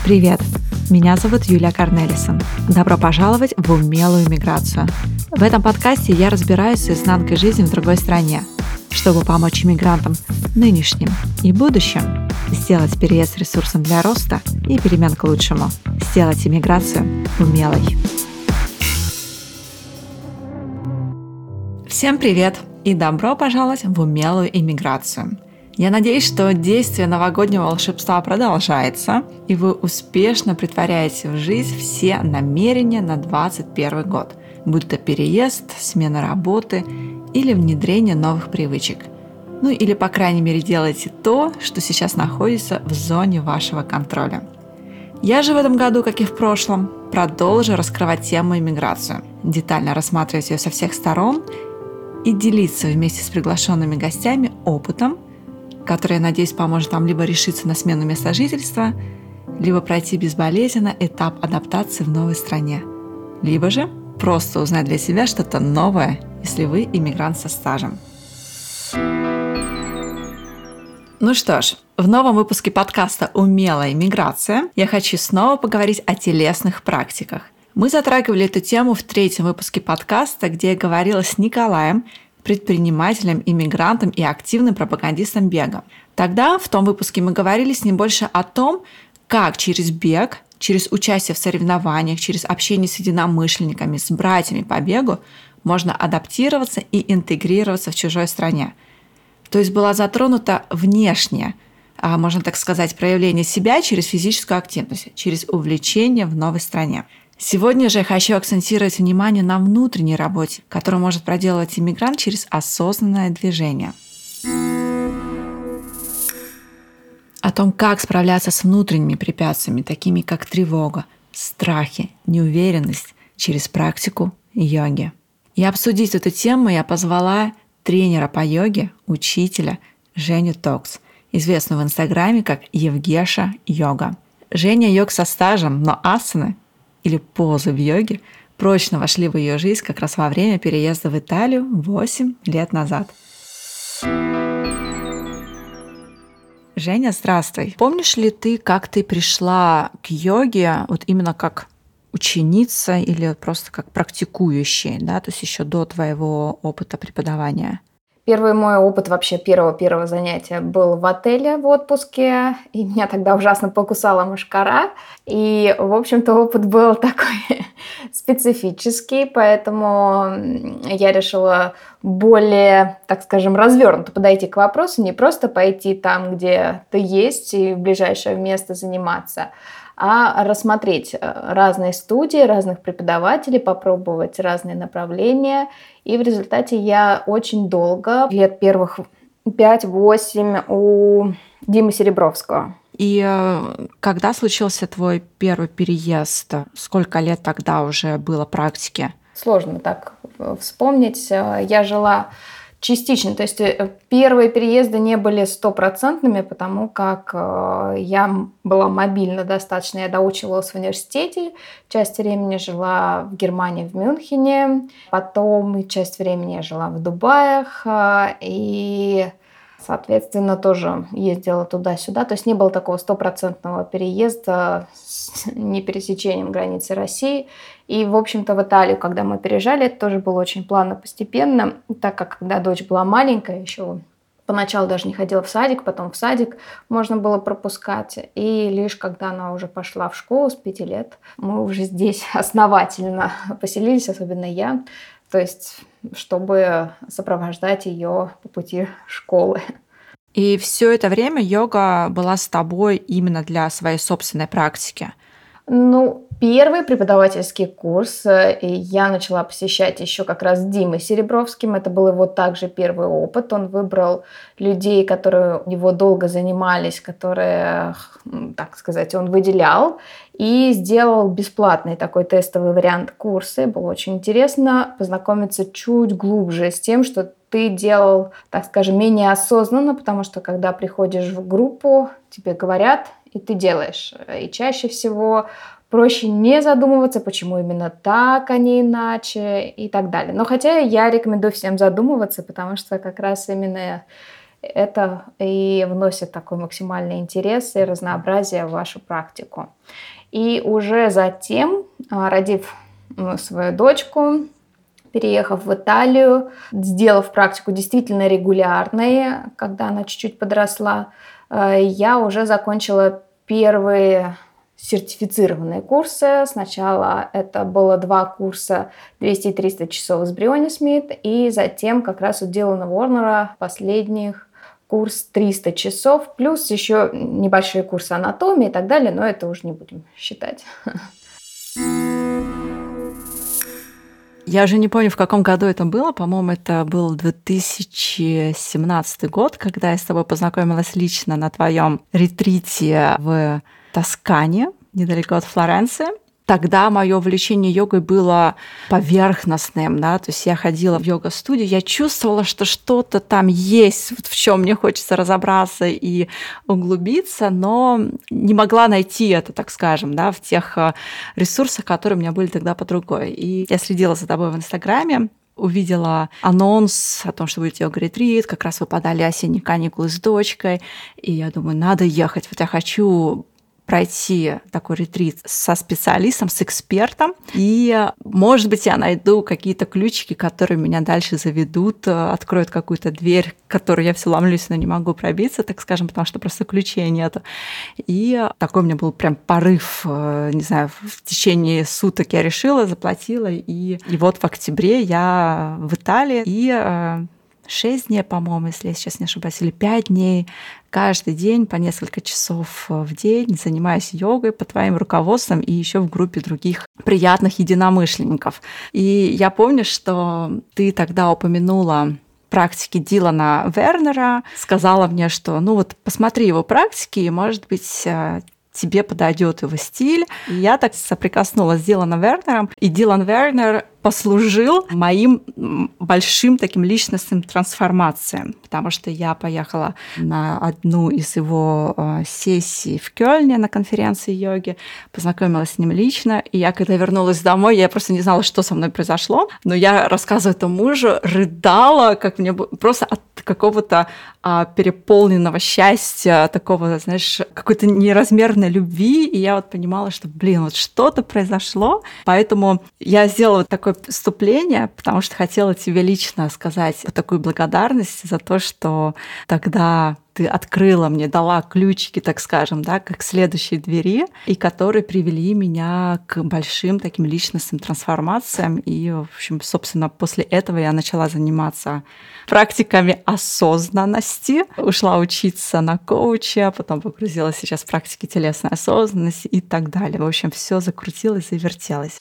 Привет! Меня зовут Юлия Корнелисон. Добро пожаловать в умелую миграцию. В этом подкасте я разбираюсь с изнанкой жизни в другой стране, чтобы помочь иммигрантам нынешним и будущим сделать переезд ресурсом для роста и перемен к лучшему, сделать иммиграцию умелой. Всем привет и добро пожаловать в умелую иммиграцию. Я надеюсь, что действие новогоднего волшебства продолжается, и вы успешно претворяете в жизнь все намерения на 2021 год, будь то переезд, смена работы или внедрение новых привычек. Ну или, по крайней мере, делайте то, что сейчас находится в зоне вашего контроля. Я же в этом году, как и в прошлом, продолжу раскрывать тему иммиграцию, детально рассматривать ее со всех сторон и делиться вместе с приглашенными гостями опытом, который, я надеюсь, поможет вам либо решиться на смену места жительства, либо пройти безболезненно этап адаптации в новой стране, либо же просто узнать для себя что-то новое, если вы иммигрант со стажем. Ну что ж, в новом выпуске подкаста «Умелая иммиграция» я хочу снова поговорить о телесных практиках. Мы затрагивали эту тему в 3-м выпуске подкаста, где я говорила с Николаем, предпринимателем, иммигрантом и активным пропагандистом бега. Тогда, в том выпуске, мы говорили с ним больше о том, как через бег, через участие в соревнованиях, через общение с единомышленниками, с братьями по бегу можно адаптироваться и интегрироваться в чужой стране. То есть была затронута внешняя, можно так сказать, проявление себя через физическую активность, через увлечение в новой стране. Сегодня же я хочу акцентировать внимание на внутренней работе, которую может проделывать иммигрант через осознанное движение. О том, как справляться с внутренними препятствиями, такими как тревога, страхи, неуверенность, через практику йоги. И обсудить эту тему я позвала тренера по йоге, учителя Женю Токс, известную в Инстаграме как Евгеша Йога. Женя йог со стажем, но асаны или позы в йоге прочно вошли в ее жизнь как раз во время переезда в Италию 8 лет назад. Женя, здравствуй. Помнишь ли ты, как ты пришла к йоге, вот именно как ученица или просто как практикующая, да, то есть еще до твоего опыта преподавания? Первый мой опыт вообще первого занятия был в отеле в отпуске, и меня тогда ужасно покусала мошкара. И, в общем-то, опыт был такой специфический, поэтому я решила более, так скажем, развернуто подойти к вопросу, не просто пойти там, где ты есть, и в ближайшее место заниматься, а рассмотреть разные студии, разных преподавателей, попробовать разные направления. И в результате я очень долго, лет первых 5-8 у Димы Серебровского. И когда случился твой первый переезд? Сколько лет тогда уже было практики? Сложно так вспомнить. Я жила частично, то есть первые переезды не были 100%, потому как я была мобильна достаточно, я доучивалась в университете, часть времени жила в Германии, в Мюнхене, потом часть времени я жила в Дубаях, и, соответственно, тоже ездила туда-сюда, то есть не было такого 100% переезда с непересечением границы России. И, в общем-то, в Италию, когда мы переезжали, это тоже было очень плавно, постепенно, так как когда дочь была маленькая, еще поначалу даже не ходила в садик, потом в садик можно было пропускать. И лишь когда она уже пошла в школу с 5 лет, мы уже здесь основательно поселились, особенно я, то есть чтобы сопровождать ее по пути школы. И все это время йога была с тобой именно для своей собственной практики? Первый преподавательский курс я начала посещать еще как раз с Димой Серебровским. Это был его также первый опыт. Он выбрал людей, которые у него долго занимались, которые, так сказать, он выделял. И сделал бесплатный такой тестовый вариант курса. Было очень интересно познакомиться чуть глубже с тем, что ты делал, так скажем, менее осознанно, потому что когда приходишь в группу, тебе говорят, и ты делаешь. И чаще всего проще не задумываться, почему именно так, а не иначе и так далее. Но хотя я рекомендую всем задумываться, потому что как раз именно Это и вносит такой максимальный интерес и разнообразие в вашу практику. И уже затем, родив свою дочку, переехав в Италию, сделав практику действительно регулярной, когда она чуть-чуть подросла, я уже закончила первые сертифицированные курсы. Сначала это было 2 курса 200 и 300 часов с Бриони Смит, и затем как раз у Дилана Ворнера последних курс 300 часов, плюс еще небольшие курсы анатомии и так далее, но это уже не будем считать. Я уже не помню, в каком году это было. По-моему, это был 2017 год, когда я с тобой познакомилась лично на твоем ретрите в Тоскане, недалеко от Флоренции. Тогда мое увлечение йогой было поверхностным, да, то есть я ходила в йога-студию, я чувствовала, что что-то там есть, в чем мне хочется разобраться и углубиться, но не могла найти это, так скажем, да, в тех ресурсах, которые у меня были тогда под рукой. И я следила за тобой в Инстаграме, увидела анонс о том, что будет йога-ретрит, как раз выпадали осенние каникулы с дочкой, и я думаю, надо ехать, вот я хочу пройти такой ретрит со специалистом, с экспертом, и, может быть, я найду какие-то ключики, которые меня дальше заведут, откроют какую-то дверь, к которой я все ломлюсь, но не могу пробиться, так скажем, потому что просто ключей нету. И такой у меня был прям порыв, не знаю, в течение суток я решила, заплатила, и вот в октябре я в Италии, и 6 дней, по-моему, если я сейчас не ошибаюсь, или 5 дней, каждый день по несколько часов в день занимаюсь йогой под твоим руководством и еще в группе других приятных единомышленников. И я помню, что ты тогда упомянула практики Дилана Вернера, сказала мне, что ну вот посмотри его практики, и, может быть, тебе подойдет его стиль. И я так соприкоснулась с Диланом Вернером, и Дилан Вернер послужил моим большим таким личностным трансформациям, потому что я поехала на одну из его сессий в Кёльне на конференции йоги, познакомилась с ним лично, и я, когда вернулась домой, я просто не знала, что со мной произошло, но я, рассказывая это мужу, рыдала, как мне просто от какого-то переполненного счастья, такого, знаешь, какой-то неразмерной любви, и я вот понимала, что, блин, вот что-то произошло, поэтому я сделала такое вступление, потому что хотела тебе лично сказать такую благодарность за то, что тогда ты открыла мне, дала ключики, так скажем, да, как к следующей двери, и которые привели меня к большим таким личностным трансформациям. И, в общем, собственно, после этого я начала заниматься практиками осознанности, ушла учиться на коуча, потом погрузилась сейчас в практики телесной осознанности и так далее. В общем, все закрутилось, завертелось.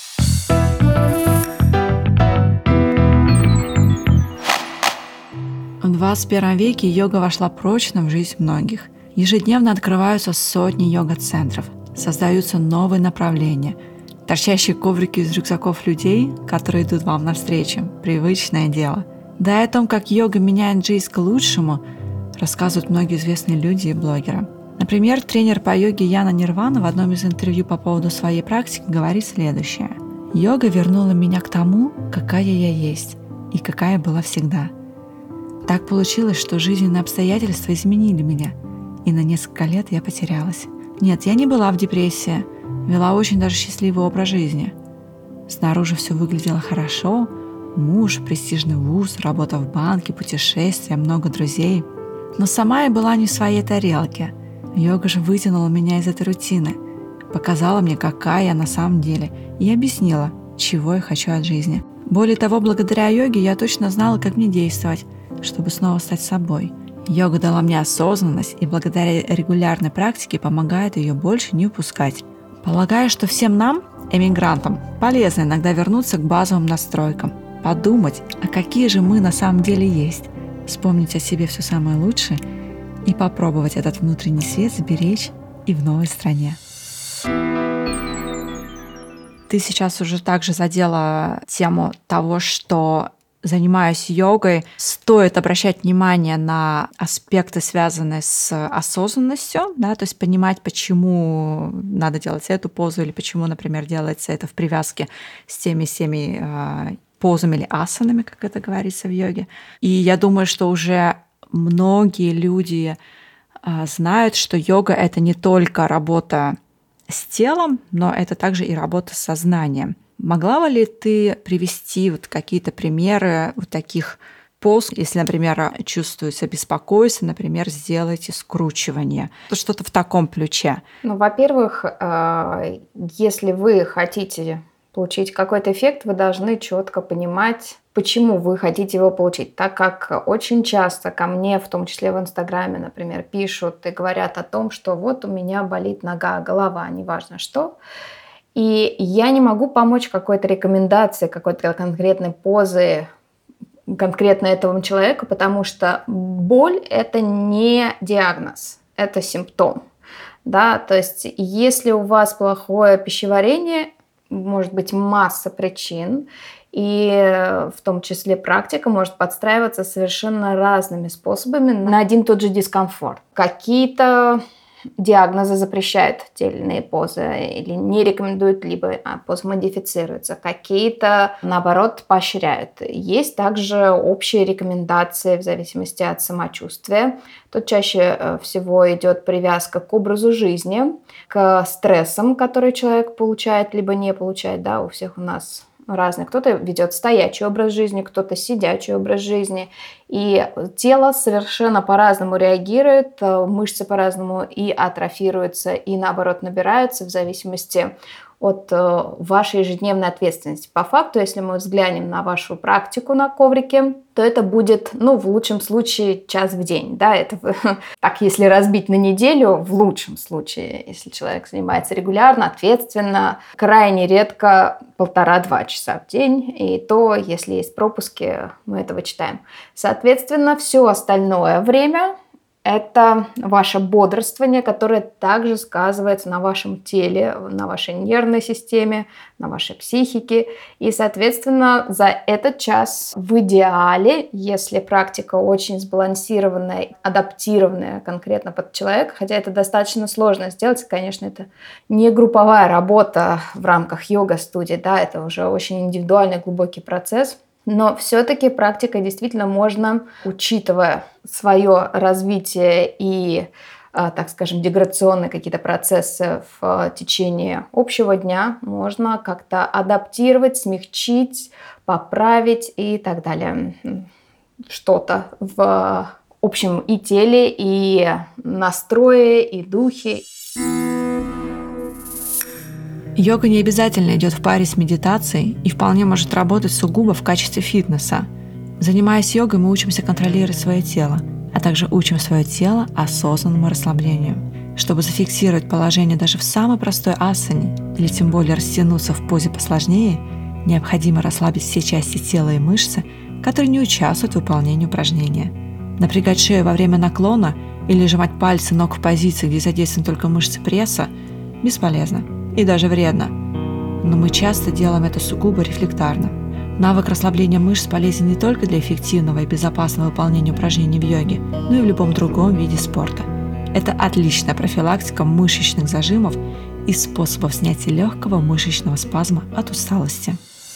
В 21 веке йога вошла прочно в жизнь многих. Ежедневно открываются сотни йога-центров, создаются новые направления, торчащие коврики из рюкзаков людей, которые идут вам навстречу, привычное дело. Да и о том, как йога меняет жизнь к лучшему, рассказывают многие известные люди и блогеры. Например, тренер по йоге Яна Нирвана в одном из интервью по поводу своей практики говорит следующее. «Йога вернула меня к тому, какая я есть и какая была всегда. Так получилось, что жизненные обстоятельства изменили меня, и на несколько лет я потерялась. Нет, я не была в депрессии, вела очень даже счастливый образ жизни. Снаружи все выглядело хорошо, муж, престижный вуз, работа в банке, путешествия, много друзей. Но сама я была не в своей тарелке. Йога же вытянула меня из этой рутины, показала мне, какая я на самом деле, и объяснила, чего я хочу от жизни. Более того, благодаря йоге я точно знала, как мне действовать, чтобы снова стать собой. Йога дала мне осознанность, и благодаря регулярной практике помогает ее больше не упускать. Полагаю, что всем нам, эмигрантам, полезно иногда вернуться к базовым настройкам, подумать, а какие же мы на самом деле есть, вспомнить о себе все самое лучшее и попробовать этот внутренний свет сберечь и в новой стране. Ты сейчас уже также задела тему того, что, занимаясь йогой, стоит обращать внимание на аспекты, связанные с осознанностью, да, то есть понимать, почему надо делать эту позу или почему, например, делается это в привязке с теми позами или асанами, как это говорится в йоге. И я думаю, что уже многие люди знают, что йога — это не только работа с телом, но это также и работа с сознанием. Могла бы ли ты привести вот какие-то примеры вот таких поз, если, например, чувствуется беспокойство, например, сделайте скручивание, что-то в таком ключе? Ну, во-первых, если вы хотите получить какой-то эффект, вы должны четко понимать, почему вы хотите его получить. Так как очень часто ко мне, в том числе в Инстаграме, например, пишут и говорят о том, что вот у меня болит нога, голова, неважно что. И я не могу помочь какой-то рекомендации, какой-то конкретной позы конкретно этому человеку, потому что боль – это не диагноз, это симптом. Да? То есть если у вас плохое пищеварение, может быть масса причин, и в том числе практика может подстраиваться совершенно разными способами на один и тот же дискомфорт. Какие-то диагнозы запрещают те или иные позы или не рекомендуют, либо позы модифицируются. Какие-то, наоборот, поощряют. Есть также общие рекомендации в зависимости от самочувствия. Тут чаще всего идет привязка к образу жизни, к стрессам, которые человек получает, либо не получает. Да, у всех у нас разный. Кто-то ведет стоячий образ жизни, кто-то сидячий образ жизни. И тело совершенно по-разному реагирует, мышцы по-разному и атрофируются, и наоборот набираются в зависимости от вашей ежедневной ответственности. По факту, если мы взглянем на вашу практику на коврике, то это будет, в лучшем случае, час в день. Да, это так, если разбить на неделю, в лучшем случае, если человек занимается регулярно, ответственно, крайне редко 1,5-2 часа в день, и то, если есть пропуски, мы это вычитаем. Соответственно, все остальное время – это ваше бодрствование, которое также сказывается на вашем теле, на вашей нервной системе, на вашей психике. И, соответственно, за этот час в идеале, если практика очень сбалансированная, адаптированная конкретно под человека, хотя это достаточно сложно сделать, конечно, это не групповая работа в рамках йога-студии, да, это уже очень индивидуальный глубокий процесс. Но все-таки практикой действительно можно, учитывая свое развитие и, так скажем, деградационные какие-то процессы в течение общего дня, можно как-то адаптировать, смягчить, поправить и так далее. Что-то в общем и теле, и настрое, и духе. Йога не обязательно идет в паре с медитацией и вполне может работать сугубо в качестве фитнеса. Занимаясь йогой, мы учимся контролировать свое тело, а также учим свое тело осознанному расслаблению. Чтобы зафиксировать положение даже в самой простой асане или тем более растянуться в позе посложнее, необходимо расслабить все части тела и мышцы, которые не участвуют в выполнении упражнения. Напрягать шею во время наклона или сжимать пальцы ног в позиции, где задействованы только мышцы пресса, бесполезно и даже вредно. Но мы часто делаем это сугубо рефлекторно. Навык расслабления мышц полезен не только для эффективного и безопасного выполнения упражнений в йоге, но и в любом другом виде спорта. Это отличная профилактика мышечных зажимов и способов снятия легкого мышечного спазма от усталости.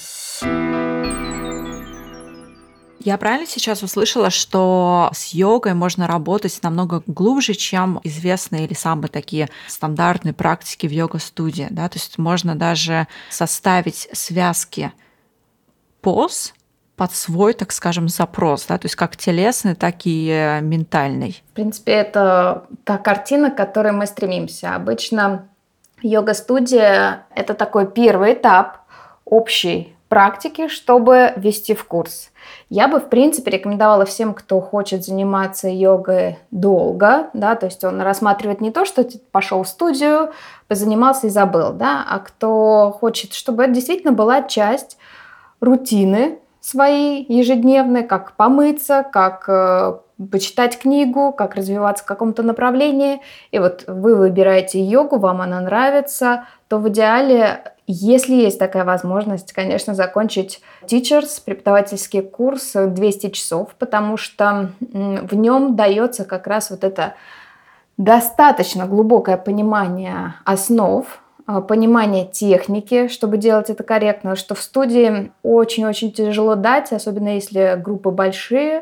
Я правильно сейчас услышала, что с йогой можно работать намного глубже, чем известные или самые такие стандартные практики в йога-студии, да? То есть можно даже составить связки поз под свой, так скажем, запрос, да? То есть как телесный, так и ментальный. В принципе, это та картина, к которой мы стремимся. Обычно йога-студия – это такой первый этап общей практики, чтобы ввести в курс. Я бы, в принципе, рекомендовала всем, кто хочет заниматься йогой долго, да, то есть он рассматривает не то, что ты пошел в студию, позанимался и забыл, да, а кто хочет, чтобы это действительно была часть рутины своей ежедневной, как помыться, как почитать книгу, как развиваться в каком-то направлении. И вот вы выбираете йогу, вам она нравится, то в идеале, если есть такая возможность, конечно, закончить Teachers, преподавательский курс 200 часов, потому что в нем дается как раз вот это достаточно глубокое понимание основ, понимание техники, чтобы делать это корректно, что в студии очень-очень тяжело дать, особенно если группы большие,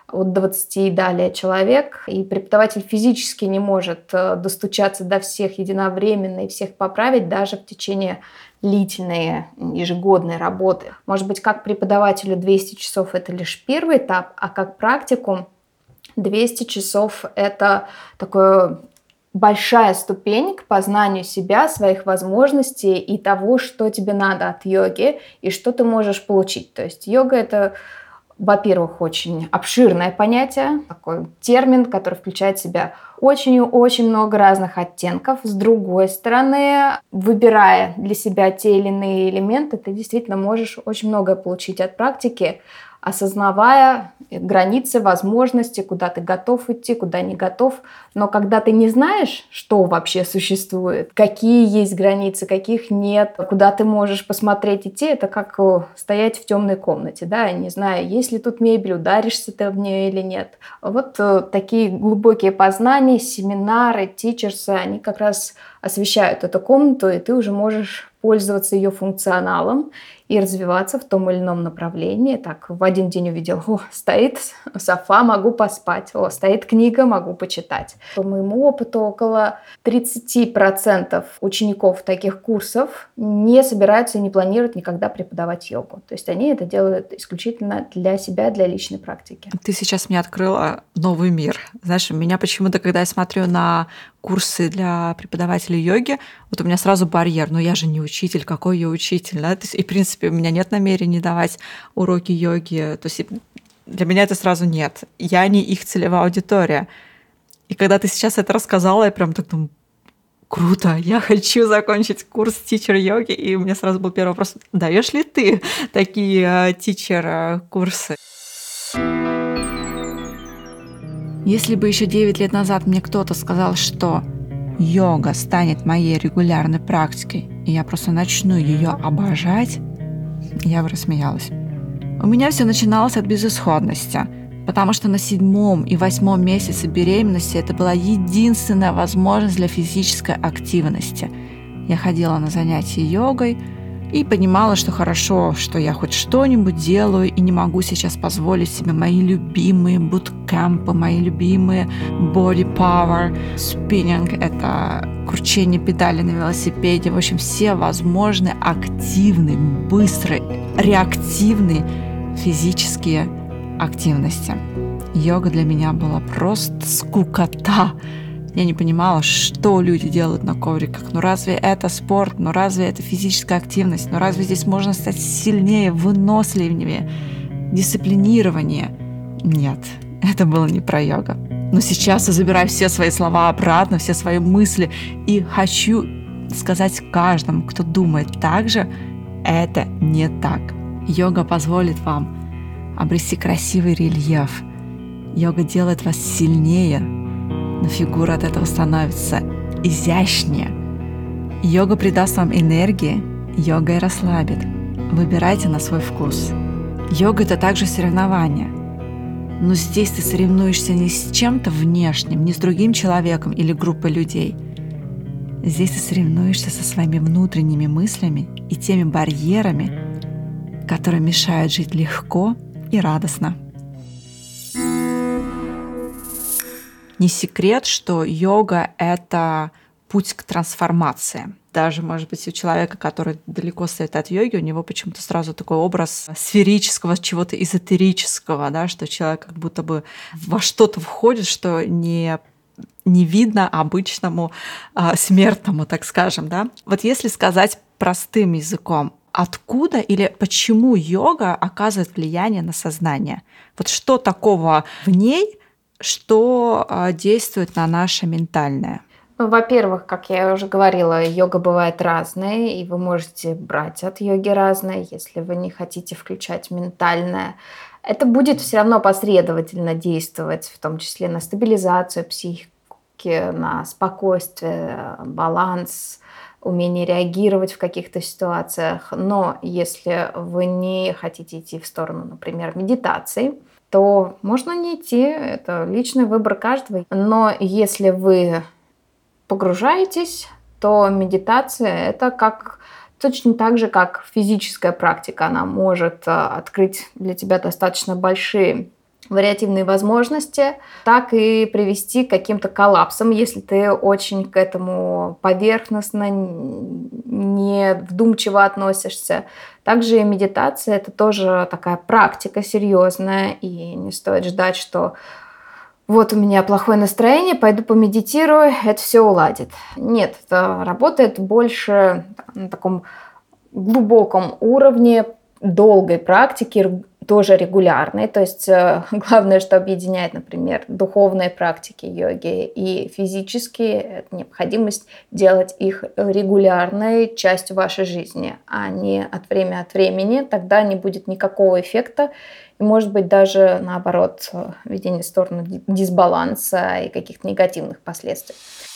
от 20 и далее человек, и преподаватель физически не может достучаться до всех единовременно и всех поправить даже в течение длительной ежегодной работы. Может быть, как преподавателю 200 часов – это лишь первый этап, а как практикум 200 часов – это такое большая ступень к познанию себя, своих возможностей и того, что тебе надо от йоги и что ты можешь получить. То есть йога – это, во-первых, очень обширное понятие, такой термин, который включает в себя очень много разных оттенков. С другой стороны, выбирая для себя те или иные элементы, ты действительно можешь очень многое получить от практики, осознавая границы, возможности, куда ты готов идти, куда не готов. Но когда ты не знаешь, что вообще существует, какие есть границы, каких нет, куда ты можешь посмотреть, идти, это как стоять в темной комнате, да, не зная, есть ли тут мебель, ударишься ты в нее или нет. Вот такие глубокие познания, семинары, тичерсы, они как раз освещают эту комнату, и ты уже можешь пользоваться ее функционалом и развиваться в том или ином направлении. Так, в один день увидел, стоит софа, могу поспать, стоит книга, могу почитать. По моему опыту, около 30% учеников таких курсов не собираются и не планируют никогда преподавать йогу. То есть они это делают исключительно для себя, для личной практики. Ты сейчас мне открыла новый мир. Знаешь, у меня почему-то, когда я смотрю на курсы для преподавателей йоги, вот у меня сразу барьер. Но я же не учитель, какой я учитель? Да? То есть, и, в принципе, у меня нет намерения давать уроки йоги. То есть для меня это сразу нет. Я не их целевая аудитория. И когда ты сейчас это рассказала, я прям так думаю, круто, я хочу закончить курс тичер-йоги. И у меня сразу был первый вопрос, даешь ли ты такие тичер-курсы? Если бы еще 9 лет назад мне кто-то сказал, что йога станет моей регулярной практикой, и я просто начну ее обожать, я бы рассмеялась. У меня все начиналось от безысходности, потому что на 7-м и 8-м месяце беременности это была единственная возможность для физической активности. Я ходила на занятия йогой и понимала, что хорошо, что я хоть что-нибудь делаю и не могу сейчас позволить себе мои любимые буткемпы, мои любимые body power, спиннинг, это кручение педали на велосипеде, в общем, все возможные активные, быстрые, реактивные физические активности. Йога для меня была просто скукота. Я не понимала, что люди делают на ковриках. Ну разве это спорт? Ну разве это физическая активность? Ну разве здесь можно стать сильнее, выносливее, дисциплинированнее? Нет, это было не про йогу. Но сейчас я забираю все свои слова обратно, все свои мысли и хочу сказать каждому, кто думает так же, это не так. Йога позволит вам обрести красивый рельеф. Йога делает вас сильнее, но фигура от этого становится изящнее. Йога придаст вам энергии, йога и расслабит. Выбирайте на свой вкус. Йога – это также соревнование. Но здесь ты соревнуешься не с чем-то внешним, не с другим человеком или группой людей. Здесь ты соревнуешься со своими внутренними мыслями и теми барьерами, которые мешают жить легко и радостно. Не секрет, что йога – это путь к трансформации. Даже, может быть, у человека, который далеко стоит от йоги, у него почему-то сразу такой образ сферического, чего-то эзотерического, да, что человек как будто бы во что-то входит, что не видно обычному смертному, так скажем. Да? Вот если сказать простым языком, откуда или почему йога оказывает влияние на сознание? Вот что такого в ней, что действует на наше ментальное? Во-первых, как я уже говорила, йога бывает разная, и вы можете брать от йоги разное, если вы не хотите включать ментальное. Это будет все равно последовательно действовать, в том числе на стабилизацию психики, на спокойствие, баланс, умение реагировать в каких-то ситуациях. Но если вы не хотите идти в сторону, например, медитации, то можно не идти, это личный выбор каждого. Но если вы погружаетесь, то медитация – это точно так же, как физическая практика. Она может открыть для тебя достаточно большие вариативные возможности, так и привести к каким-то коллапсам, если ты очень к этому поверхностно, не вдумчиво относишься. Также и медитация – это тоже такая практика серьезная, и не стоит ждать, что вот у меня плохое настроение, пойду помедитирую, это все уладит. Нет, это работает больше на таком глубоком уровне, долгой практики, тоже регулярной. То есть главное, что объединяет, например, духовные практики йоги и физические, это необходимость делать их регулярной частью вашей жизни, а не от времени. Тогда не будет никакого эффекта. И, может быть, даже наоборот, ведение в сторону дисбаланса и каких-то негативных последствий.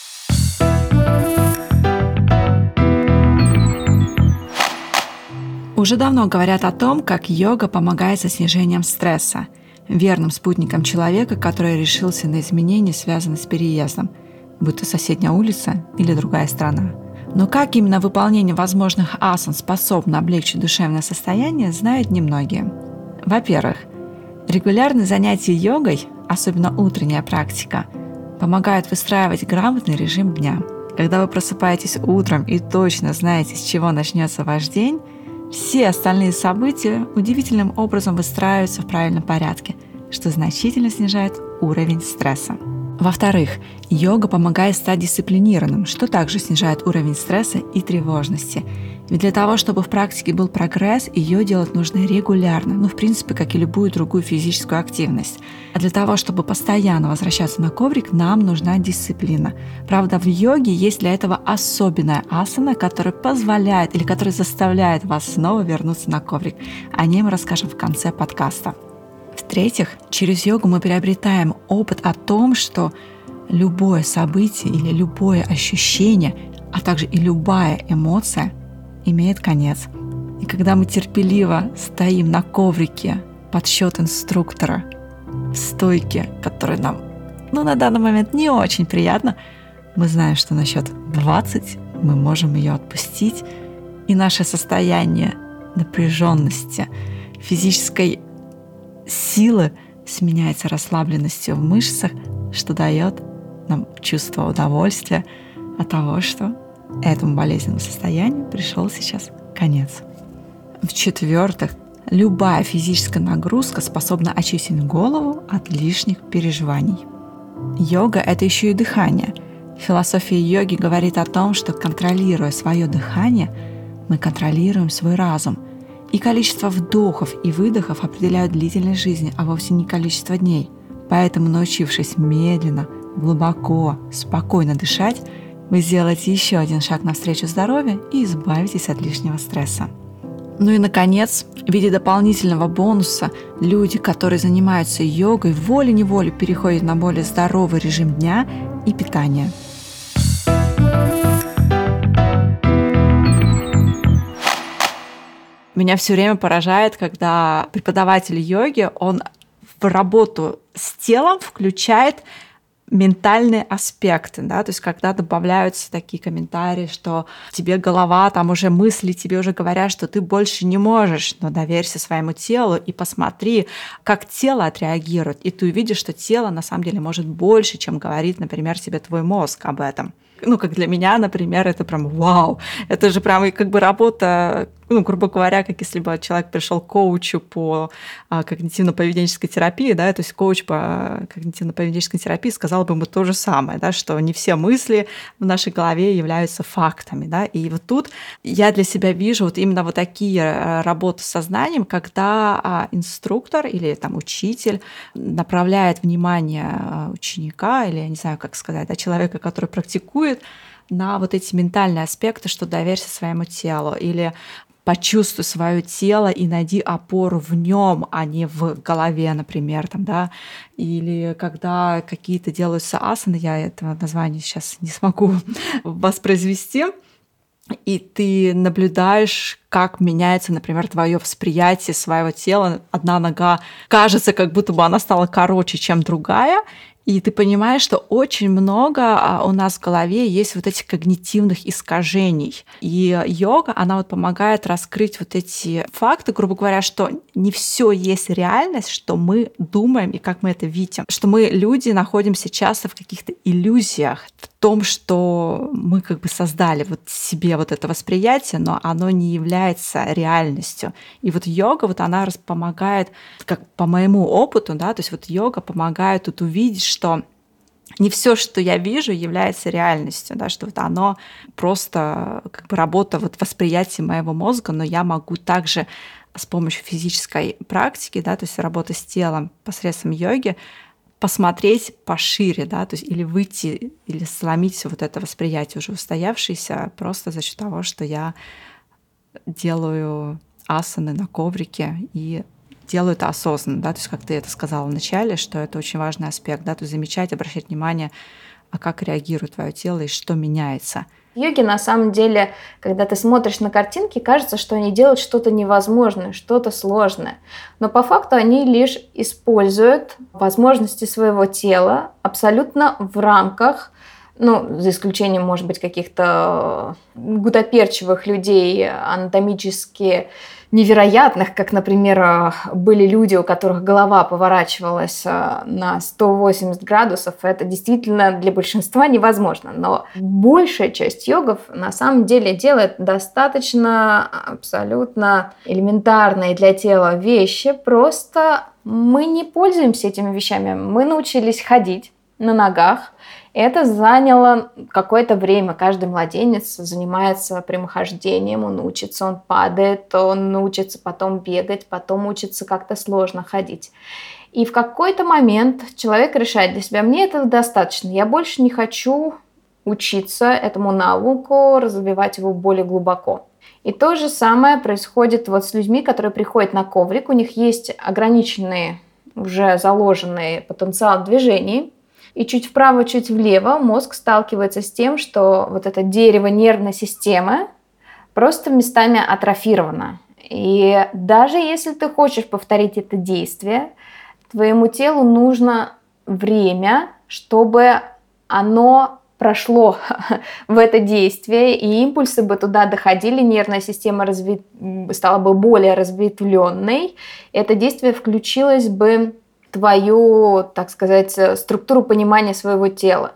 Уже давно говорят о том, как йога помогает со снижением стресса, верным спутником человека, который решился на изменения, связанные с переездом, будь то соседняя улица или другая страна. Но как именно выполнение возможных асан способно облегчить душевное состояние, знают немногие. Во-первых, регулярные занятия йогой, особенно утренняя практика, помогают выстраивать грамотный режим дня. Когда вы просыпаетесь утром и точно знаете, с чего начнется ваш день, все остальные события удивительным образом выстраиваются в правильном порядке, что значительно снижает уровень стресса. Во-вторых, йога помогает стать дисциплинированным, что также снижает уровень стресса и тревожности. Ведь для того, чтобы в практике был прогресс, ее делать нужно регулярно, в принципе, как и любую другую физическую активность. А для того, чтобы постоянно возвращаться на коврик, нам нужна дисциплина. Правда, в йоге есть для этого особенная асана, которая позволяет или которая заставляет вас снова вернуться на коврик. О ней мы расскажем в конце подкаста. В-третьих, через йогу мы приобретаем опыт о том, что любое событие или любое ощущение, а также и любая эмоция имеет конец. И когда мы терпеливо стоим на коврике под счет инструктора в стойке, которая нам, на данный момент не очень приятно, мы знаем, что на счет 20 мы можем ее отпустить, и наше состояние напряженности, физической силы сменяется расслабленностью в мышцах, что дает нам чувство удовольствия от того, что этому болезненному состоянию пришел сейчас конец. В-четвертых, любая физическая нагрузка способна очистить голову от лишних переживаний. Йога – это еще и дыхание. Философия йоги говорит о том, что, контролируя свое дыхание, мы контролируем свой разум. И количество вдохов и выдохов определяют длительность жизни, а вовсе не количество дней. Поэтому, научившись медленно, глубоко, спокойно дышать, вы сделаете еще один шаг навстречу здоровью и избавитесь от лишнего стресса. И, наконец, в виде дополнительного бонуса, люди, которые занимаются йогой, волей-неволей переходят на более здоровый режим дня и питания. Меня все время поражает, когда преподаватель йоги, он в работу с телом включает ментальные аспекты, то есть когда добавляются такие комментарии, что тебе голова, там уже мысли тебе уже говорят, что ты больше не можешь, но доверься своему телу и посмотри, как тело отреагирует, и ты увидишь, что тело на самом деле может больше, чем говорит, например, тебе твой мозг об этом. Как для меня, например, это прям вау, это же прям как бы работа, грубо говоря, как если бы человек пришел к коучу по когнитивно-поведенческой терапии, то есть коуч по когнитивно-поведенческой терапии сказал бы ему то же самое, что не все мысли в нашей голове являются фактами, и вот тут я для себя вижу именно такие работы с сознанием, когда инструктор или учитель направляет внимание ученика или, я не знаю, как сказать, человека, который практикует, на эти ментальные аспекты, что доверься своему телу, или почувствуй свое тело и найди опору в нем, а не в голове, например, или когда какие-то делаются асаны, я этого названия сейчас не смогу воспроизвести, и ты наблюдаешь, как меняется, например, твое восприятие своего тела. Одна нога кажется, как будто бы она стала короче, чем другая, И ты понимаешь, что очень много у нас в голове есть вот этих когнитивных искажений. И йога, она вот помогает раскрыть вот эти факты, грубо говоря, что не все есть реальность, что мы думаем и как мы это видим. Что мы, люди, находимся часто в каких-то иллюзиях, в том, что мы как бы создали вот себе вот это восприятие, но оно не является реальностью. И вот йога, вот она помогает, как по моему опыту, да, то есть вот йога помогает тут увидеть, что не все, что я вижу, является реальностью, да, что вот оно просто как бы работа вот восприятия моего мозга, но я могу также с помощью физической практики, да, то есть работы с телом посредством йоги, посмотреть пошире, да, то есть или выйти, или сломить вот это восприятие уже устоявшееся просто за счет того, что я делаю асаны на коврике и делаю это осознанно, да, то есть как ты это сказала в начале, что это очень важный аспект, да, то есть замечать, обращать внимание, а как реагирует твое тело и что меняется. В йоге, на самом деле, когда ты смотришь на картинки, кажется, что они делают что-то невозможное, что-то сложное. Но по факту они лишь используют возможности своего тела абсолютно в рамках, ну, за исключением, может быть, каких-то гутоперчивых людей, анатомически невероятных, как, например, были люди, у которых голова поворачивалась на 180 градусов. Это действительно для большинства невозможно. Но большая часть йогов на самом деле делает достаточно абсолютно элементарные для тела вещи. Просто мы не пользуемся этими вещами. Мы научились ходить на ногах. Это заняло какое-то время. Каждый младенец занимается прямохождением, он учится, он падает, он учится потом бегать, потом учится как-то сложно ходить. И в какой-то момент человек решает для себя: мне этого достаточно, я больше не хочу учиться этому навыку, развивать его более глубоко. И то же самое происходит вот с людьми, которые приходят на коврик, у них есть ограниченный, уже заложенный потенциал движений, и чуть вправо, чуть влево мозг сталкивается с тем, что вот это дерево нервной системы просто местами атрофировано. И даже если ты хочешь повторить это действие, твоему телу нужно время, чтобы оно прошло в это действие, и импульсы бы туда доходили, нервная система стала бы более разветвленной, это действие включилось бы твою, так сказать, структуру понимания своего тела.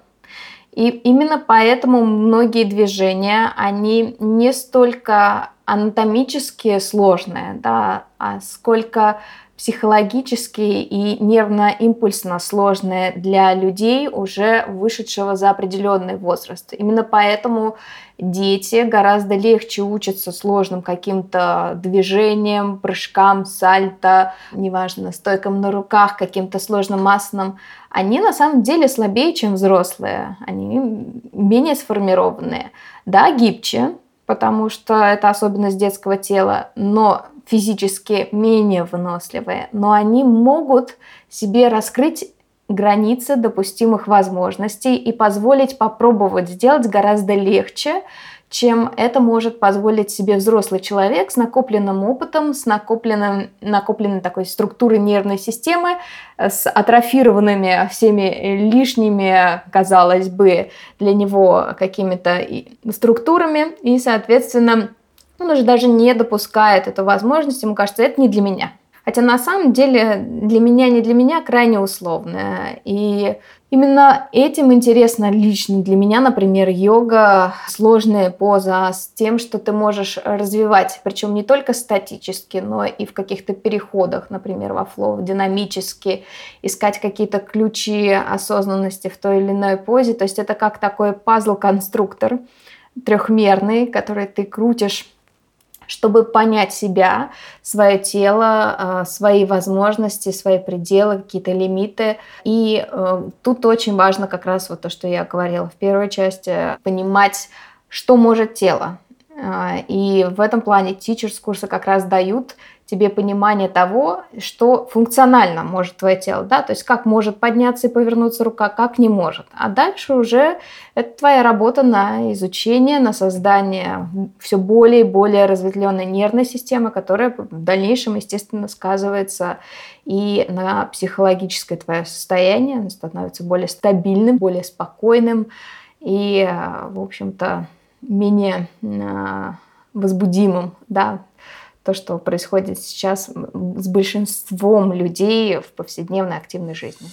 И именно поэтому многие движения, они не столько анатомически сложные, да, а сколько психологически и нервно-импульсно сложные для людей, уже вышедшего за определенный возраст. Именно поэтому дети гораздо легче учатся сложным каким-то движениям, прыжкам, сальто, неважно, стойкам на руках, каким-то сложным асанам. Они на самом деле слабее, чем взрослые, они менее сформированные. Да, гибче, потому что это особенность детского тела, но физически менее выносливые, но они могут себе раскрыть границы допустимых возможностей и позволить попробовать сделать гораздо легче, чем это может позволить себе взрослый человек с накопленным опытом, с накопленной такой структурой нервной системы, с атрофированными всеми лишними, казалось бы, для него какими-то структурами, и, соответственно, он уже даже не допускает эту возможность, ему кажется, это не для меня. Хотя на самом деле для меня, не для меня крайне условно. И именно этим интересно лично для меня, например, йога, сложная поза с тем, что ты можешь развивать, причем не только статически, но и в каких-то переходах, например, во флоу, динамически, искать какие-то ключи осознанности в той или иной позе. То есть это как такой пазл-конструктор трехмерный, который ты крутишь, чтобы понять себя, свое тело, свои возможности, свои пределы, какие-то лимиты. И тут очень важно как раз вот то, что я говорила в первой части, понимать, что может тело. И в этом плане teachers-курсы как раз дают тебе понимание того, что функционально может твое тело, да, то есть как может подняться и повернуться рука, как не может. А дальше уже это твоя работа на изучение, на создание все более и более разветвленной нервной системы, которая в дальнейшем, естественно, сказывается и на психологическое твое состояние, оно становится более стабильным, более спокойным и, в общем-то, менее возбудимым, да, то, что происходит сейчас с большинством людей в повседневной активной жизни.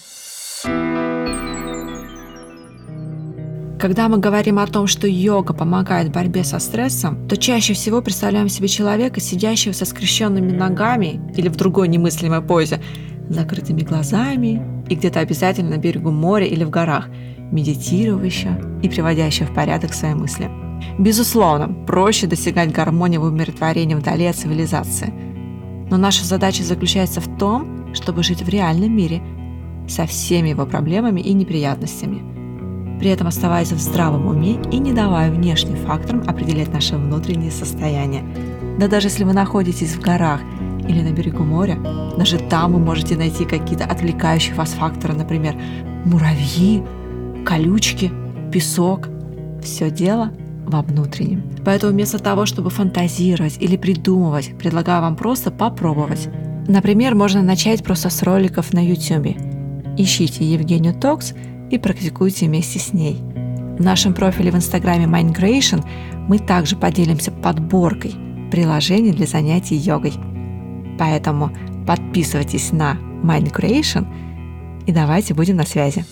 Когда мы говорим о том, что йога помогает в борьбе со стрессом, то чаще всего представляем себе человека, сидящего со скрещенными ногами или в другой немыслимой позе, с закрытыми глазами и где-то обязательно на берегу моря или в горах, медитирующего и приводящего в порядок свои мысли. Безусловно, проще достигать гармонии в умиротворении вдали от цивилизации. Но наша задача заключается в том, чтобы жить в реальном мире со всеми его проблемами и неприятностями, при этом оставаясь в здравом уме и не давая внешним факторам определять наше внутреннее состояние. Да даже если вы находитесь в горах или на берегу моря, даже там вы можете найти какие-то отвлекающие вас факторы, например, муравьи, колючки, песок. Все дело во внутреннем. Поэтому вместо того, чтобы фантазировать или придумывать, предлагаю вам просто попробовать. Например, можно начать просто с роликов на YouTube. Ищите Евгению Токс и практикуйте вместе с ней. В нашем профиле в Инстаграме Mindcreation мы также поделимся подборкой приложений для занятий йогой. Поэтому подписывайтесь на Mindcreation и давайте будем на связи.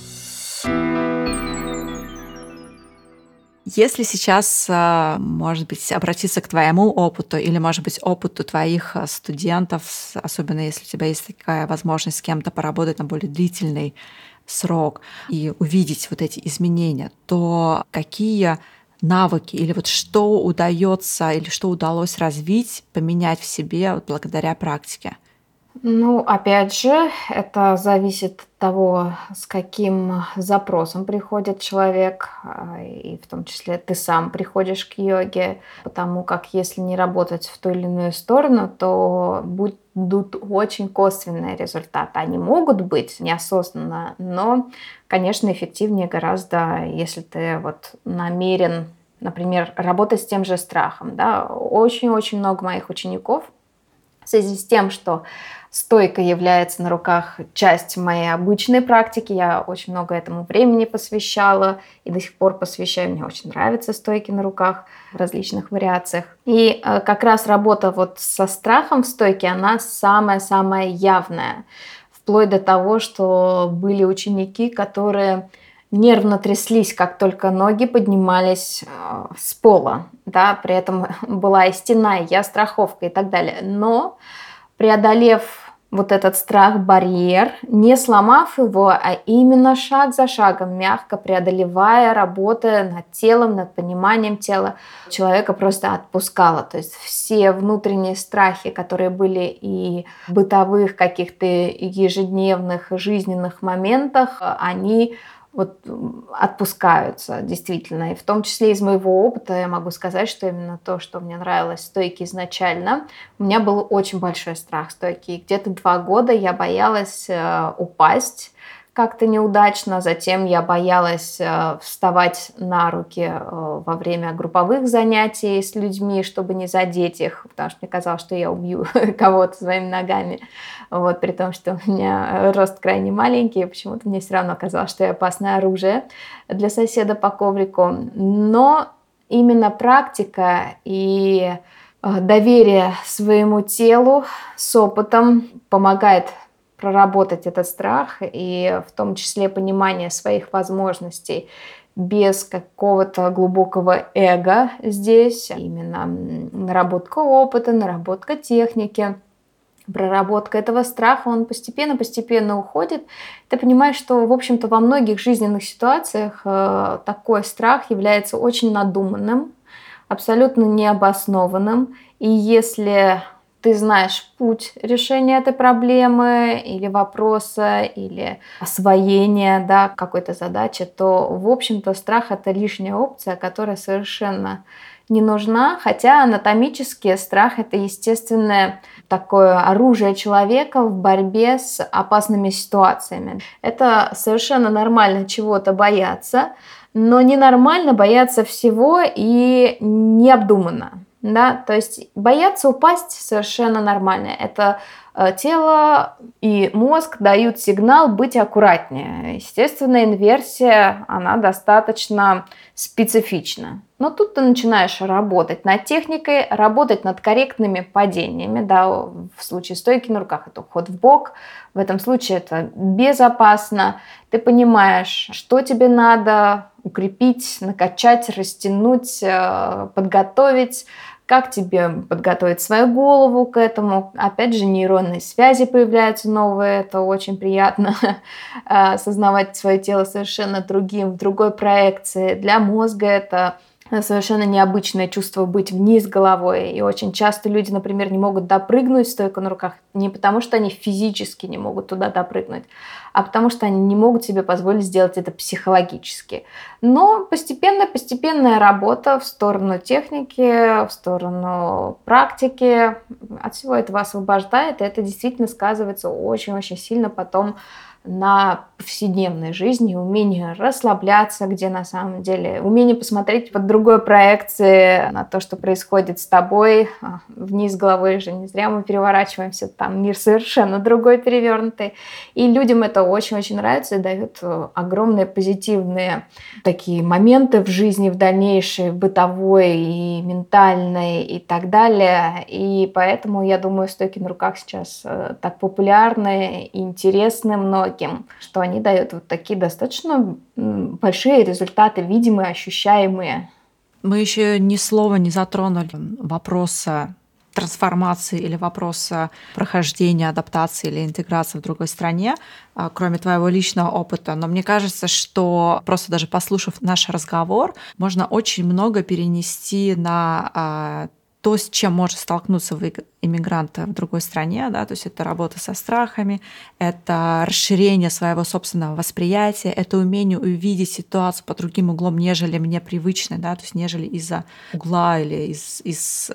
Если сейчас, может быть, обратиться к твоему опыту или, может быть, опыту твоих студентов, особенно если у тебя есть такая возможность с кем-то поработать на более длительный срок и увидеть вот эти изменения, то какие навыки или вот что удается или что удалось развить, поменять в себе вот благодаря практике? Ну, опять же, это зависит от того, с каким запросом приходит человек, и в том числе ты сам приходишь к йоге, потому как если не работать в ту или иную сторону, то будут очень косвенные результаты. Они могут быть неосознанно, но, конечно, эффективнее гораздо, если ты вот намерен, например, работать с тем же страхом. Да? Очень-очень много моих учеников в связи с тем, что стойка является на руках частью моей обычной практики. Я очень много этому времени посвящала и до сих пор посвящаю. Мне очень нравятся стойки на руках в различных вариациях. И как раз работа вот со страхом в стойке, она самая-самая явная. Вплоть до того, что были ученики, которые нервно тряслись, как только ноги поднимались с пола. Да? При этом была и стена, и я страховка и так далее. Но преодолев вот этот страх, барьер, не сломав его, а именно шаг за шагом, мягко преодолевая, работая над телом, над пониманием тела, человека просто отпускало. То есть все внутренние страхи, которые были и в бытовых каких-то ежедневных жизненных моментах, они вот отпускаются действительно. И в том числе из моего опыта я могу сказать, что именно то, что мне нравилось в стойке изначально, у меня был очень большой страх стойки. И где-то 2 года я боялась упасть как-то неудачно. Затем я боялась вставать на руки во время групповых занятий с людьми, чтобы не задеть их, потому что мне казалось, что я убью кого-то своими ногами. Вот, при том, что у меня рост крайне маленький, почему-то мне все равно казалось, что я опасное оружие для соседа по коврику. Но именно практика и доверие своему телу с опытом помогает проработать этот страх, и в том числе понимание своих возможностей без какого-то глубокого эго здесь. Именно наработка опыта, наработка техники, проработка этого страха, он постепенно уходит. Ты понимаешь, что, в общем-то, во многих жизненных ситуациях такой страх является очень надуманным, абсолютно необоснованным. И если ты знаешь путь решения этой проблемы или вопроса, или освоения, да, какой-то задачи, то, в общем-то, страх – это лишняя опция, которая совершенно не нужна, хотя анатомически страх – это естественное такое оружие человека в борьбе с опасными ситуациями. Это совершенно нормально чего-то бояться, но ненормально бояться всего и необдуманно. Да? То есть бояться упасть совершенно нормально. Это тело и мозг дают сигнал быть аккуратнее. Естественно, инверсия, она достаточно специфична. Но тут ты начинаешь работать над техникой, работать над корректными падениями. Да, в случае стойки на руках это уход в бок, в этом случае это безопасно. Ты понимаешь, что тебе надо укрепить, накачать, растянуть, подготовить, как тебе подготовить свою голову к этому. Опять же, нейронные связи появляются новые, это очень приятно осознавать свое тело совершенно другим, в другой проекции. Для мозга это совершенно необычное чувство быть вниз головой. И очень часто люди, например, не могут допрыгнуть стойку на руках не потому, что они физически не могут туда допрыгнуть, а потому что они не могут себе позволить сделать это психологически. Но постепенная работа в сторону техники, в сторону практики от всего этого освобождает, и это действительно сказывается очень-очень сильно потом на повседневной жизни, умение расслабляться, где на самом деле, умение посмотреть под другой проекции на то, что происходит с тобой, вниз головой же не зря мы переворачиваемся, там мир совершенно другой, перевернутый, и людям это очень-очень нравится и дает огромные позитивные такие моменты в жизни, в дальнейшей, бытовой и ментальной и так далее, и поэтому, я думаю, стойки на руках сейчас так популярны и интересны многим, что они дают вот такие достаточно большие результаты, видимые, ощущаемые. Мы еще ни слова не затронули вопроса трансформации или вопроса прохождения, адаптации или интеграции в другой стране, кроме твоего личного опыта. Но мне кажется, что просто даже послушав наш разговор, можно очень много перенести на то, с чем может столкнуться иммигрант в другой стране, да, то есть это работа со страхами, это расширение своего собственного восприятия, это умение увидеть ситуацию под другим углом, нежели мне привычно, да, то есть нежели из-за угла или из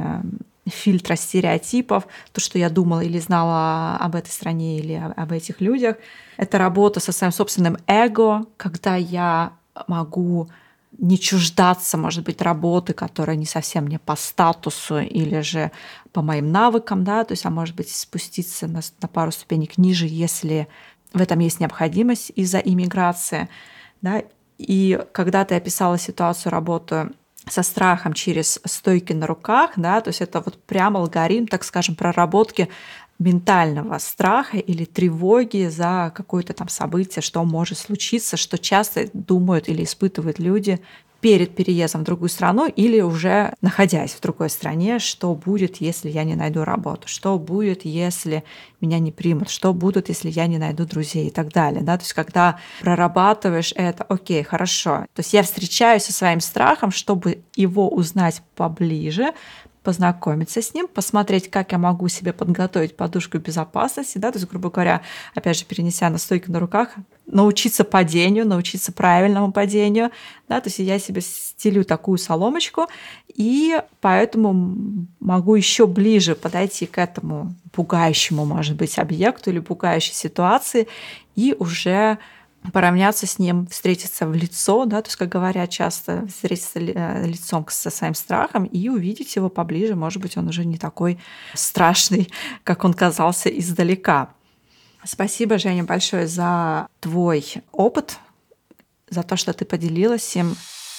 фильтра стереотипов, то, что я думала или знала об этой стране или об этих людях. Это работа со своим собственным эго, когда я могу не чуждаться, может быть, работы, которая не совсем мне по статусу или же по моим навыкам, да, то есть, а может быть, спуститься на пару ступенек ниже, если в этом есть необходимость из-за иммиграции, да. И когда ты описала ситуацию работы со страхом через стойки на руках, да, то есть это вот прям алгоритм, так скажем, проработки ментального страха или тревоги за какое-то там событие, что может случиться, что часто думают или испытывают люди перед переездом в другую страну или уже находясь в другой стране, что будет, если я не найду работу, что будет, если меня не примут, что будет, если я не найду друзей и так далее. Да? То есть когда прорабатываешь это, окей, хорошо. То есть я встречаюсь со своим страхом, чтобы его узнать поближе, познакомиться с ним, посмотреть, как я могу себе подготовить подушку безопасности, да, то есть, грубо говоря, опять же, перенеся на стойку на руках, научиться падению, научиться правильному падению, да, то есть я себе стелю такую соломочку, и поэтому могу еще ближе подойти к этому пугающему, может быть, объекту или пугающей ситуации и уже поравняться с ним, встретиться в лицо, да, то есть, как говорят часто, встретиться лицом со своим страхом и увидеть его поближе. Может быть, он уже не такой страшный, как он казался издалека. Спасибо, Женя, большое за твой опыт, за то, что ты поделилась им.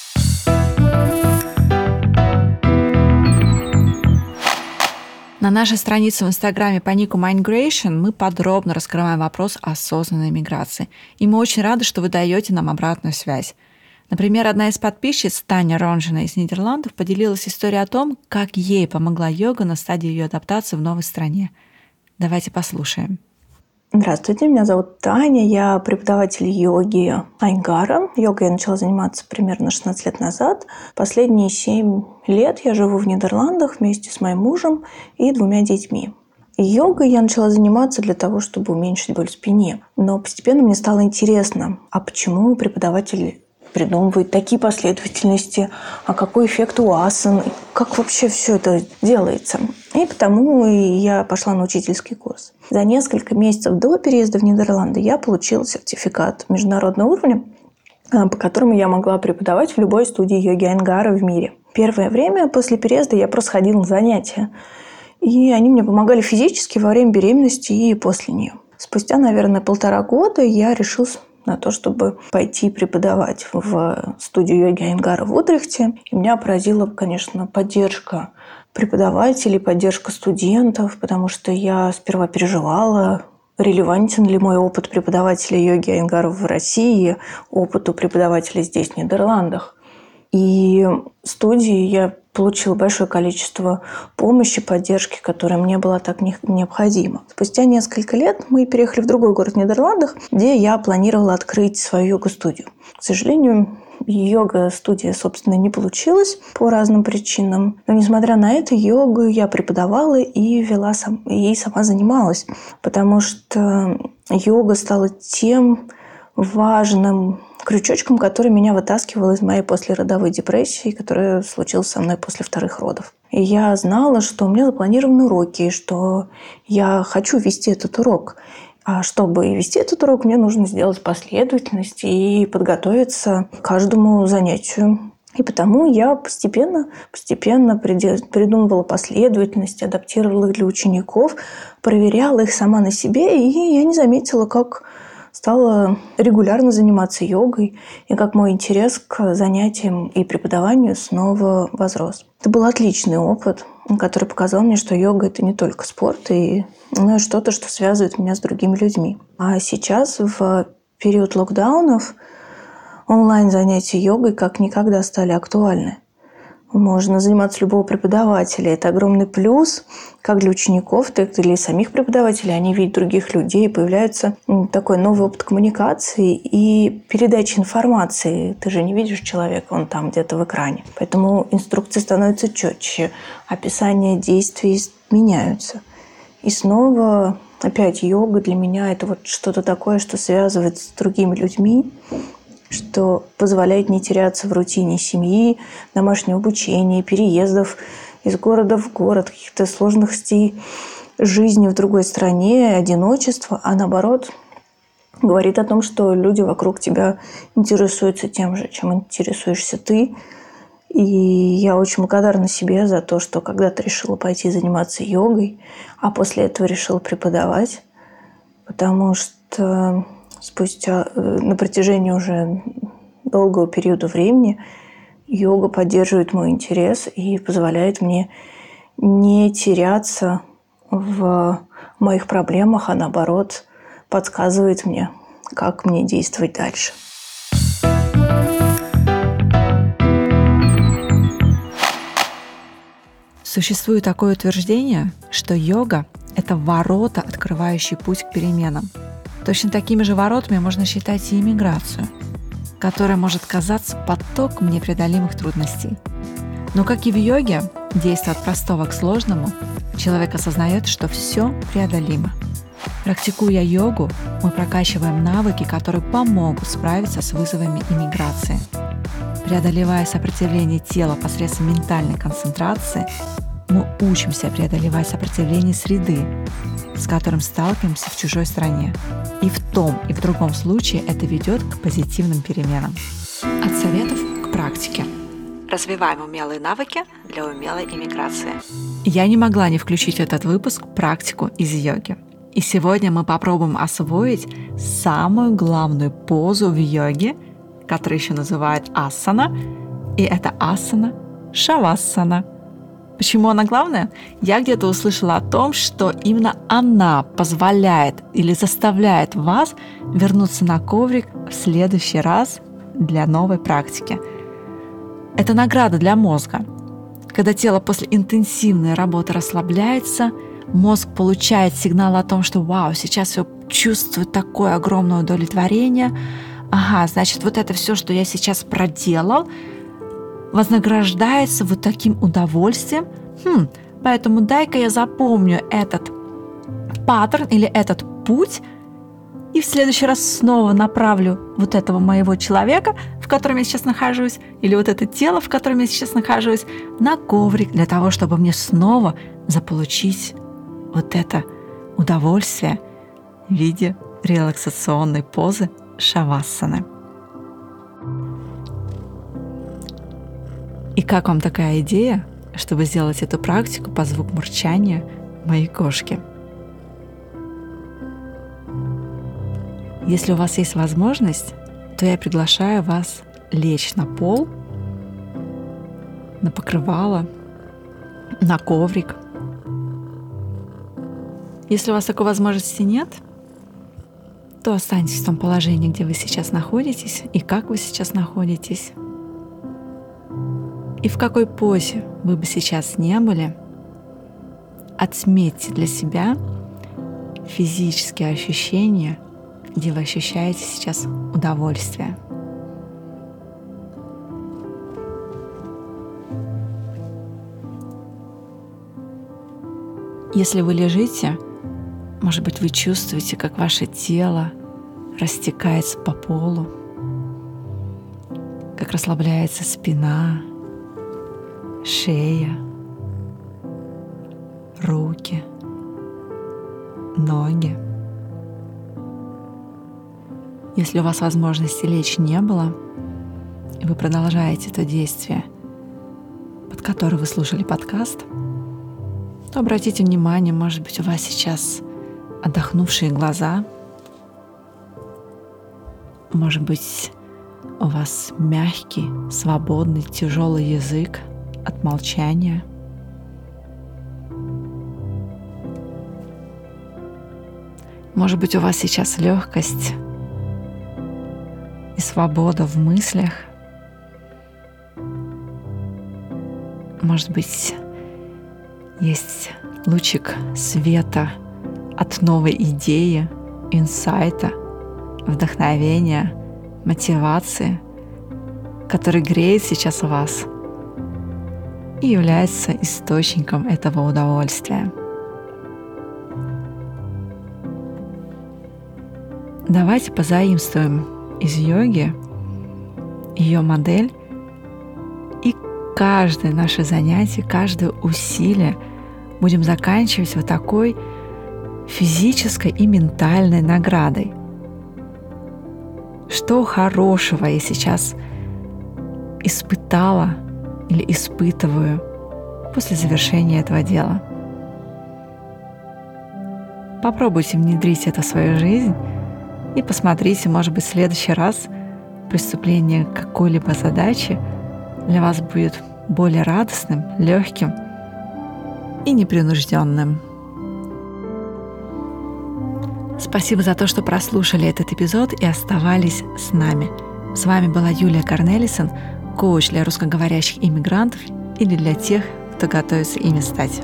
На нашей странице в Инстаграме по нику Mindgration мы подробно раскрываем вопрос осознанной миграции. И мы очень рады, что вы даете нам обратную связь. Например, одна из подписчиц, Таня Ронжина из Нидерландов, поделилась историей о том, как ей помогла йога на стадии ее адаптации в новой стране. Давайте послушаем. Здравствуйте, меня зовут Таня, я преподаватель йоги Айнгара. Йогой я начала заниматься примерно 16 лет назад. Последние 7 лет я живу в Нидерландах вместе с моим мужем и 2 детьми. Йогой я начала заниматься для того, чтобы уменьшить боль в спине. Но постепенно мне стало интересно, а почему преподаватель придумывает такие последовательности, а какой эффект у асан, как вообще все это делается. И потому я пошла на учительский курс. За несколько месяцев до переезда в Нидерланды я получила сертификат международного уровня, по которому я могла преподавать в любой студии йоги Айнгара в мире. Первое время после переезда я просто ходила на занятия. И они мне помогали физически во время беременности и после нее. Спустя, наверное, 1,5 года я решила на то, чтобы пойти преподавать в студию йоги Айнгара в Утрехте. И меня поразила, конечно, поддержка преподавателей, поддержка студентов, потому что я сперва переживала, релевантен ли мой опыт преподавателя йоги Айнгара в России опыту преподавателя здесь, в Нидерландах. И в студии я получила большое количество помощи, поддержки, которая мне была так необходима. Спустя несколько лет мы переехали в другой город в Нидерландах, где я планировала открыть свою йога-студию. К сожалению, йога-студия, собственно, не получилась по разным причинам. Но, несмотря на это, йогу я преподавала и сама занималась, потому что йога стала тем важным крючочком, который меня вытаскивал из моей послеродовой депрессии, которая случилась со мной после 2 родов. И я знала, что у меня запланированы уроки, и что я хочу вести этот урок. А чтобы вести этот урок, мне нужно сделать последовательность и подготовиться к каждому занятию. И потому я постепенно придумывала последовательность, адаптировала их для учеников, проверяла их сама на себе, и я не заметила, как стала регулярно заниматься йогой, и как мой интерес к занятиям и преподаванию снова возрос. Это был отличный опыт, который показал мне, что йога – это не только спорт, но и что-то, что связывает меня с другими людьми. А сейчас, в период локдаунов, онлайн-занятия йогой как никогда стали актуальны. Можно заниматься любого преподавателя. Это огромный плюс как для учеников, так и для самих преподавателей. Они видят других людей, появляется такой новый опыт коммуникации и передачи информации. Ты же не видишь человека, он там где-то в экране. Поэтому инструкции становятся четче, описания действий меняются. И снова опять йога для меня – это вот что-то такое, что связывает с другими людьми, что позволяет не теряться в рутине семьи, домашнего обучения, переездов из города в город, каких-то сложностей жизни в другой стране, одиночества, а наоборот говорит о том, что люди вокруг тебя интересуются тем же, чем интересуешься ты. И я очень благодарна себе за то, что когда-то решила пойти заниматься йогой, а после этого решила преподавать, потому что на протяжении уже долгого периода времени йога поддерживает мой интерес и позволяет мне не теряться в моих проблемах, а наоборот подсказывает мне, как мне действовать дальше. Существует такое утверждение, что йога – это ворота, открывающие путь к переменам. Точно такими же воротами можно считать и иммиграцию, которая может казаться потоком непреодолимых трудностей. Но, как и в йоге, действуя от простого к сложному, человек осознает, что все преодолимо. Практикуя йогу, мы прокачиваем навыки, которые помогут справиться с вызовами иммиграции. Преодолевая сопротивление тела посредством ментальной концентрации, мы учимся преодолевать сопротивление среды, с которым сталкиваемся в чужой стране. И в том, и в другом случае это ведет к позитивным переменам. От советов к практике. Развиваем умелые навыки для умелой иммиграции. Я не могла не включить в этот выпуск практику из йоги. И сегодня мы попробуем освоить самую главную позу в йоге, которую еще называют асана, и это асана шавасана. Почему она главная? Я где-то услышала о том, что именно она позволяет или заставляет вас вернуться на коврик в следующий раз для новой практики. Это награда для мозга. Когда тело после интенсивной работы расслабляется, мозг получает сигнал о том, что «Вау, сейчас все чувствую такое огромное удовлетворение. Ага, значит, вот это все, что я сейчас проделал, вознаграждается вот таким удовольствием. Поэтому дай-ка я запомню этот паттерн или этот путь, и в следующий раз снова направлю вот этого моего человека, в котором я сейчас нахожусь, или вот это тело, в котором я сейчас нахожусь, на коврик для того, чтобы мне снова заполучить вот это удовольствие в виде релаксационной позы шавасаны. И как вам такая идея, чтобы сделать эту практику под звук мурчания моей кошки? Если у вас есть возможность, то я приглашаю вас лечь на пол, на покрывало, на коврик. Если у вас такой возможности нет, то останьтесь в том положении, где вы сейчас находитесь и как вы сейчас находитесь. И в какой позе вы бы сейчас не были, отметьте для себя физические ощущения, где вы ощущаете сейчас удовольствие. Если вы лежите, может быть, вы чувствуете, как ваше тело растекается по полу, как расслабляется спина, шея, руки, ноги. Если у вас возможности лечь не было, и вы продолжаете то действие, под которое вы слушали подкаст, то обратите внимание, может быть, у вас сейчас отдохнувшие глаза, может быть, у вас мягкий, свободный, тяжелый язык от молчания. Может быть, у вас сейчас легкость и свобода в мыслях. Может быть, есть лучик света от новой идеи, инсайта, вдохновения, мотивации, который греет сейчас вас и является источником этого удовольствия. Давайте позаимствуем из йоги ее модель, и каждое наше занятие, каждое усилие будем заканчивать вот такой физической и ментальной наградой. Что хорошего я сейчас испытала или испытываю после завершения этого дела? Попробуйте внедрить это в свою жизнь и посмотрите, может быть, в следующий раз приступление к какой-либо задаче для вас будет более радостным, легким и непринужденным. Спасибо за то, что прослушали этот эпизод и оставались с нами. С вами была Юлия Корнелисон, коуч для русскоговорящих иммигрантов или для тех, кто готовится ими стать.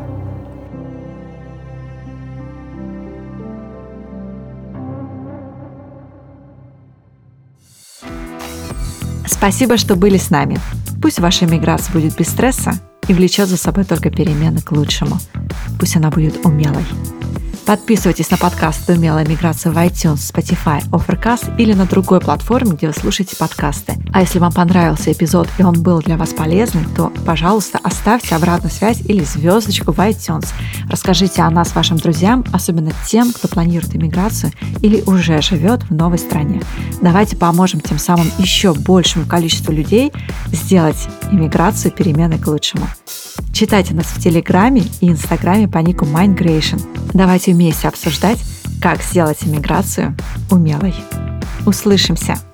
Спасибо, что были с нами. Пусть ваша миграция будет без стресса и влечет за собой только перемены к лучшему. Пусть она будет умелой. Подписывайтесь на подкасты «Умелая миграция» в iTunes, Spotify, Overcast или на другой платформе, где вы слушаете подкасты. А если вам понравился эпизод и он был для вас полезным, то, пожалуйста, оставьте обратную связь или звездочку в iTunes. Расскажите о нас вашим друзьям, особенно тем, кто планирует иммиграцию или уже живет в новой стране. Давайте поможем тем самым еще большему количеству людей сделать иммиграцию переменой к лучшему. Читайте нас в Телеграме и Инстаграме по нику Mindgration. Давайте вместе обсуждать, как сделать иммиграцию умелой. Услышимся!